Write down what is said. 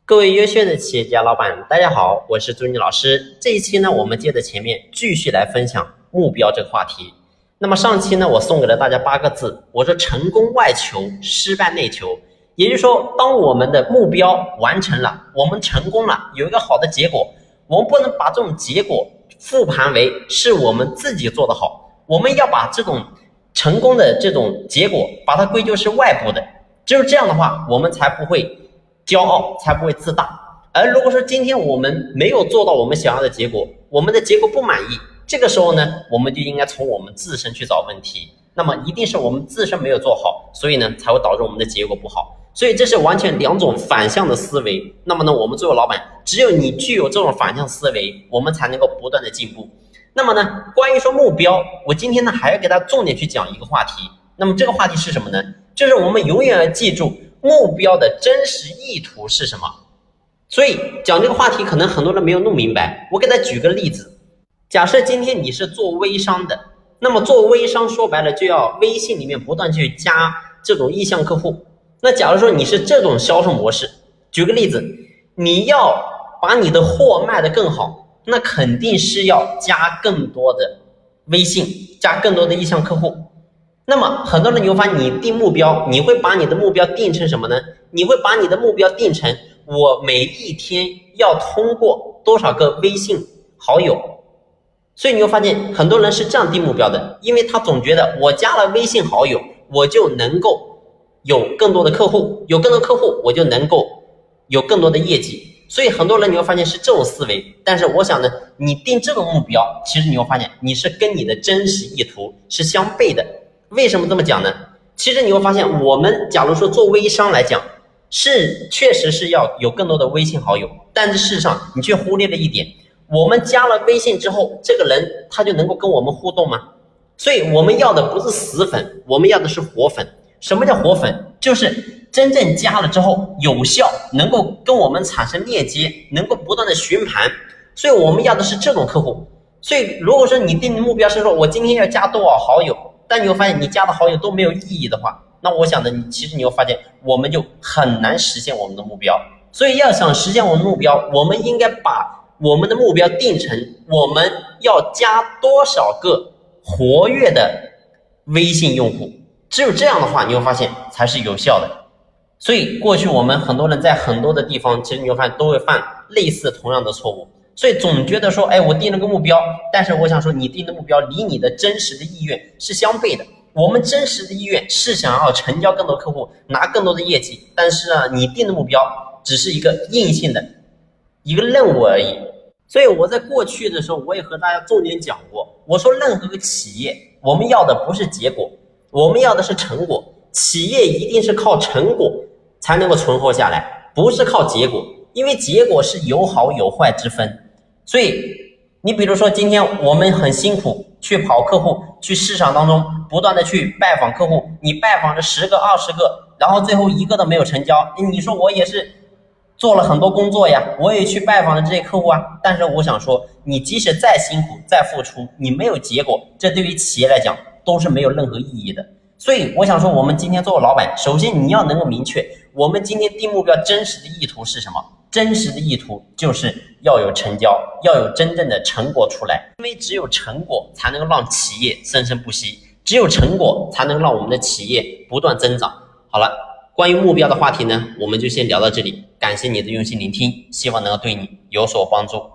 各位优秀的企业家老板，大家好，我是朱妮老师。这一期呢，我们接着前面继续来分享目标这个话题。那么上期呢，我送给了大家8个字，我说成功外求，失败内求。也就是说，当我们的目标完成了，我们成功了，有一个好的结果，我们不能把这种结果复盘为是我们自己做得好，我们要把这种成功的这种结果把它归咎是外部的。只有这样的话，我们才不会骄傲，才不会自大。而如果说今天我们没有做到我们想要的结果，我们的结果不满意，这个时候呢，我们就应该从我们自身去找问题。那么一定是我们自身没有做好，所以呢才会导致我们的结果不好。所以这是完全2种反向的思维。那么呢，我们作为老板，只有你具有这种反向思维，我们才能够不断的进步。那么呢，关于说目标，我今天呢还要给大家重点去讲一个话题。那么这个话题是什么呢？就是我们永远要记住目标的真实意图是什么。所以讲这个话题可能很多人没有弄明白，我给大家举个例子。假设今天你是做微商的，那么做微商说白了就要微信里面不断去加这种意向客户。那假如说你是这种销售模式，举个例子，你要把你的货卖得更好，那肯定是要加更多的微信，加更多的意向客户。那么很多人你会发现，你定目标，你会把你的目标定成什么呢？你会把你的目标定成我每一天要通过多少个微信好友。所以你会发现很多人是这样定目标的，因为他总觉得我加了微信好友，我就能够有更多的客户，有更多客户我就能够有更多的业绩。所以很多人你会发现是这种思维。但是我想呢，你定这种目标，其实你会发现你是跟你的真实意图是相悖的。为什么这么讲呢？其实你会发现，我们假如说做微商来讲，确实是要有更多的微信好友，但是事实上你却忽略了一点，我们加了微信之后，这个人他就能够跟我们互动吗？所以我们要的不是死粉，我们要的是活粉。什么叫活粉？就是真正加了之后有效，能够跟我们产生链接，能够不断的询盘。所以我们要的是这种客户。所以如果说你定的目标是说我今天要加多少好友，但你会发现你加的好友都没有意义的话，那我想的其实你会发现我们就很难实现我们的目标。所以要想实现我们的目标，我们应该把我们的目标定成我们要加多少个活跃的微信用户，只有这样的话你会发现才是有效的。所以过去我们很多人在很多的地方，其实你会发现都会犯类似同样的错误。所以总觉得说，我定了个目标，但是我想说你定的目标离你的真实的意愿是相悖的。我们真实的意愿是想要成交更多客户，拿更多的业绩，但是呢，你定的目标只是一个硬性的一个任务而已。所以我在过去的时候，我也和大家重点讲过，我说任何个企业，我们要的不是结果，我们要的是成果。企业一定是靠成果才能够存活下来，不是靠结果，因为结果是有好有坏之分。所以你比如说今天我们很辛苦去跑客户，去市场当中不断的去拜访客户，你拜访了10个20个，然后最后1个都没有成交，你说我也是做了很多工作呀，我也去拜访了这些客户啊。但是我想说，你即使再辛苦再付出，你没有结果，这对于企业来讲都是没有任何意义的。所以我想说，我们今天作为老板，首先你要能够明确我们今天定目标真实的意图是什么。真实的意图就是要有成交，要有真正的成果出来。因为只有成果才能够让企业生生不息，只有成果才能让我们的企业不断增长。好了，关于目标的话题呢，我们就先聊到这里。感谢你的用心聆听，希望能够对你有所帮助。